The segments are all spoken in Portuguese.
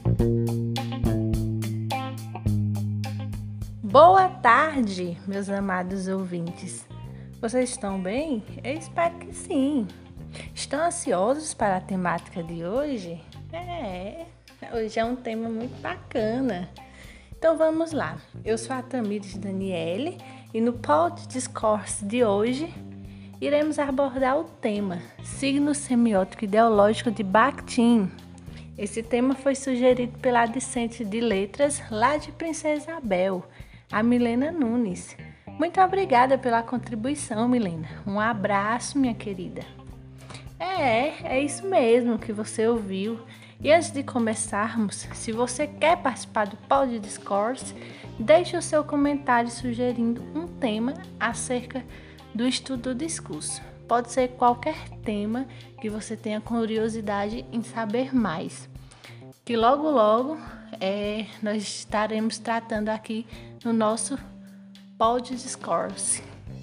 Boa tarde, meus amados ouvintes. Vocês estão bem? Eu espero que sim. Estão ansiosos para a temática de hoje? Hoje é um tema muito bacana. Então vamos lá. Eu sou a Tamires Daniele e no Pod Discourse de hoje iremos abordar o tema Signo Semiótico Ideológico de Bakhtin. Esse tema foi sugerido pela discente de letras lá de Princesa Isabel, a Milena Nunes. Muito obrigada pela contribuição, Milena. Um abraço, minha querida. É isso mesmo que você ouviu. E antes de começarmos, se você quer participar do Pod Discourse, deixe o seu comentário sugerindo um tema acerca do estudo do discurso. Pode ser qualquer tema que você tenha curiosidade em saber mais. Que logo nós estaremos tratando aqui no nosso Pod Discourse.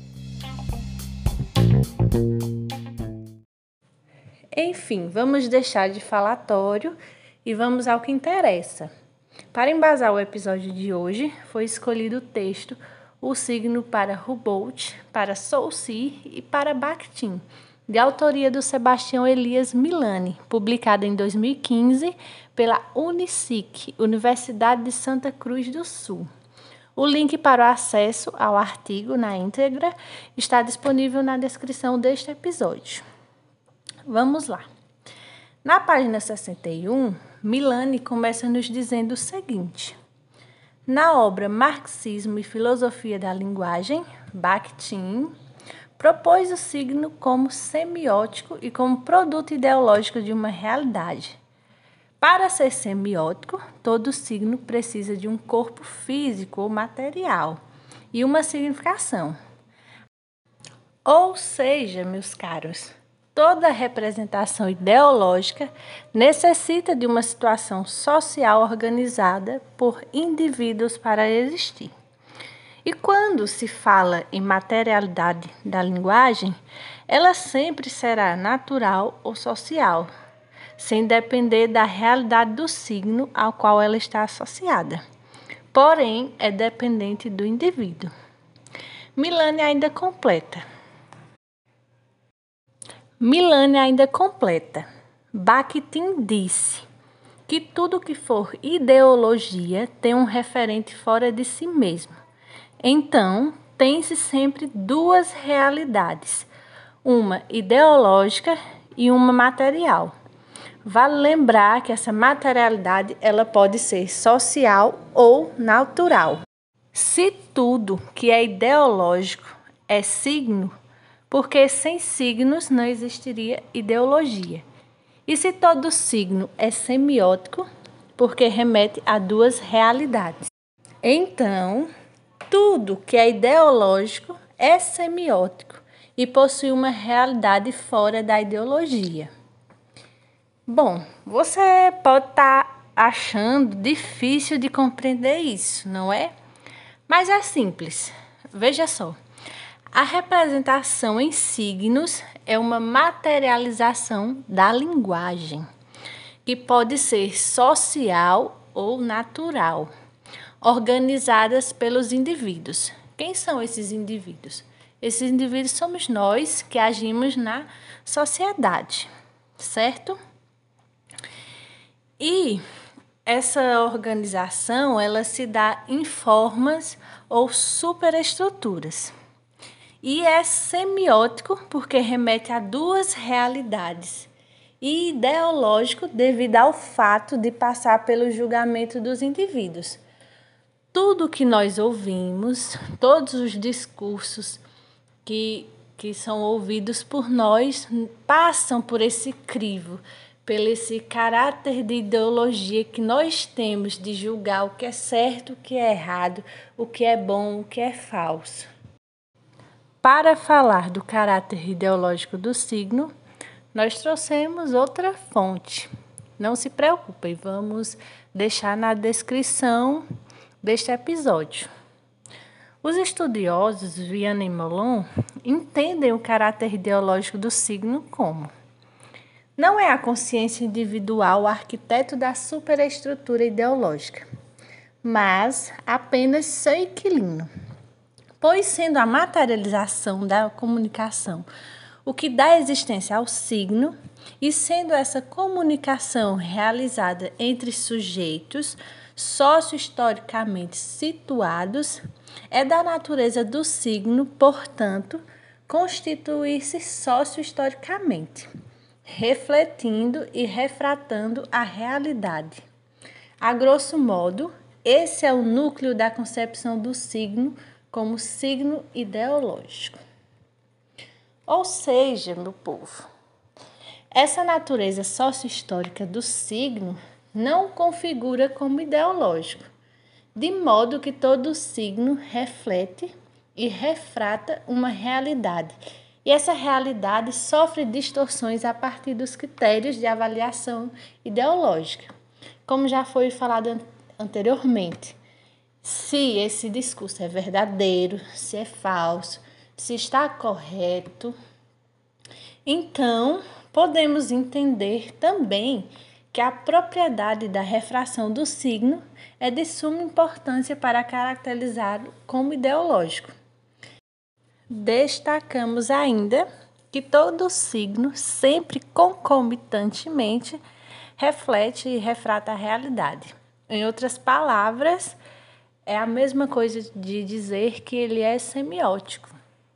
Enfim, vamos deixar de falatório e vamos ao que interessa. Para embasar o episódio de hoje, foi escolhido o texto O Signo para Humboldt, para Saussure e para Bakhtin, de autoria do Sebastião Elias Milani, publicado em 2015 pela Unisic, Universidade de Santa Cruz do Sul. O link para o acesso ao artigo na íntegra está disponível na descrição deste episódio. Vamos lá. Na página 61, Milani começa nos dizendo o seguinte: na obra Marxismo e Filosofia da Linguagem, Bakhtin propôs o signo como semiótico e como produto ideológico de uma realidade. Para ser semiótico, todo signo precisa de um corpo físico ou material e uma significação. Ou seja, meus caros, toda representação ideológica necessita de uma situação social organizada por indivíduos para existir. E quando se fala em materialidade da linguagem, ela sempre será natural ou social, sem depender da realidade do signo ao qual ela está associada. Porém, é dependente do indivíduo. Milani ainda completa. Bakhtin disse que tudo que for ideologia tem um referente fora de si mesmo. Então, tem-se sempre duas realidades, uma ideológica e uma material. Vale lembrar que essa materialidade ela pode ser social ou natural. Se tudo que é ideológico é signo, porque sem signos não existiria ideologia. E se todo signo é semiótico, porque remete a duas realidades. Então, tudo que é ideológico é semiótico e possui uma realidade fora da ideologia. Bom, você pode estar achando difícil de compreender isso, não é? Mas é simples. Veja só. A representação em signos é uma materialização da linguagem, que pode ser social ou natural, organizadas pelos indivíduos. Quem são esses indivíduos? Esses indivíduos somos nós que agimos na sociedade, certo? E essa organização, ela se dá em formas ou superestruturas. E é semiótico porque remete a duas realidades. E ideológico devido ao fato de passar pelo julgamento dos indivíduos. Tudo que nós ouvimos, todos os discursos que são ouvidos por nós, passam por esse crivo, pelo esse caráter de ideologia que nós temos de julgar o que é certo, o que é errado, o que é bom, o que é falso. Para falar do caráter ideológico do signo, nós trouxemos outra fonte. Não se preocupem, vamos deixar na descrição deste episódio. Os estudiosos Vianney e Molon entendem o caráter ideológico do signo como Não é a consciência individual o arquiteto da superestrutura ideológica, mas apenas seu inquilino. Pois, sendo a materialização da comunicação o que dá existência ao signo, e sendo essa comunicação realizada entre sujeitos socio-historicamente situados, é da natureza do signo, portanto, constituir-se socio-historicamente, refletindo e refratando a realidade. A grosso modo, esse é o núcleo da concepção do signo como signo ideológico. Ou seja, meu povo, essa natureza socio-histórica do signo não configura como ideológico, de modo que todo signo reflete e refrata uma realidade, e essa realidade sofre distorções a partir dos critérios de avaliação ideológica, como já foi falado anteriormente. Se esse discurso é verdadeiro, se é falso, se está correto, então podemos entender também que a propriedade da refração do signo é de suma importância para caracterizá-lo como ideológico. Destacamos ainda que todo signo sempre concomitantemente reflete e refrata a realidade. Em outras palavras, é a mesma coisa de dizer que ele é semiótico.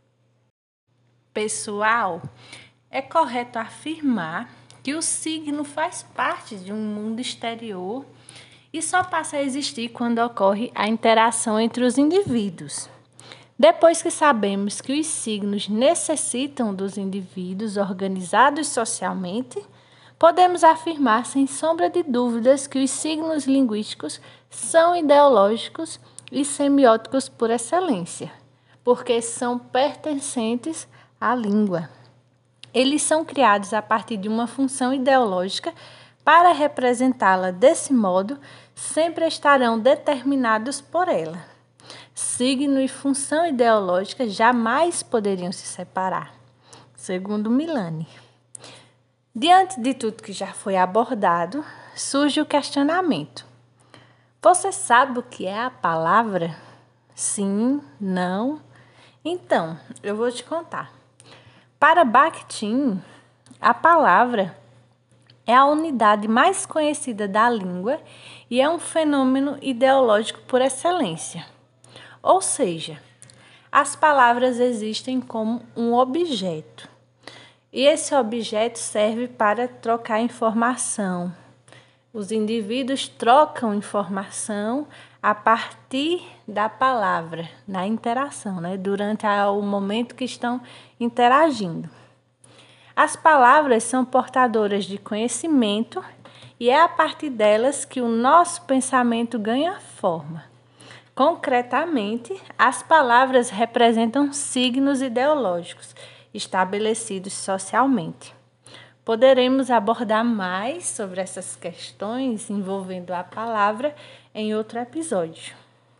Pessoal, é correto afirmar que o signo faz parte de um mundo exterior e só passa a existir quando ocorre a interação entre os indivíduos. Depois que sabemos que os signos necessitam dos indivíduos organizados socialmente, podemos afirmar sem sombra de dúvidas que os signos linguísticos são ideológicos e semióticos por excelência, porque são pertencentes à língua. Eles são criados a partir de uma função ideológica. Para representá-la desse modo, sempre estarão determinados por ela. Signo e função ideológica jamais poderiam se separar, segundo Milani. Diante de tudo que já foi abordado, surge o questionamento. Você sabe o que é a palavra? Sim? Não? Então, eu vou te contar. Para Bakhtin, a palavra é a unidade mais conhecida da língua e é um fenômeno ideológico por excelência. Ou seja, as palavras existem como um objeto. E esse objeto serve para trocar informação. Os indivíduos trocam informação a partir da palavra, na interação, durante o momento que estão interagindo. As palavras são portadoras de conhecimento e é a partir delas que o nosso pensamento ganha forma. Concretamente, as palavras representam signos ideológicos estabelecidos socialmente. Poderemos abordar mais sobre essas questões envolvendo a palavra em outro episódio.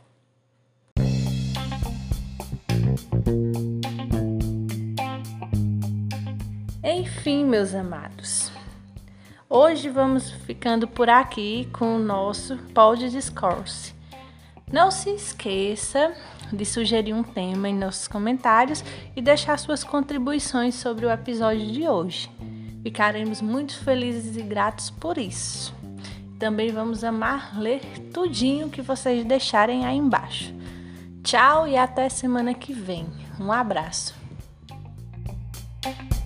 Enfim, meus amados, hoje vamos ficando por aqui com o nosso Pod Discourse. Não se esqueça de sugerir um tema em nossos comentários e deixar suas contribuições sobre o episódio de hoje. Ficaremos muito felizes e gratos por isso. Também vamos amar ler tudinho que vocês deixarem aí embaixo. Tchau e até semana que vem. Um abraço.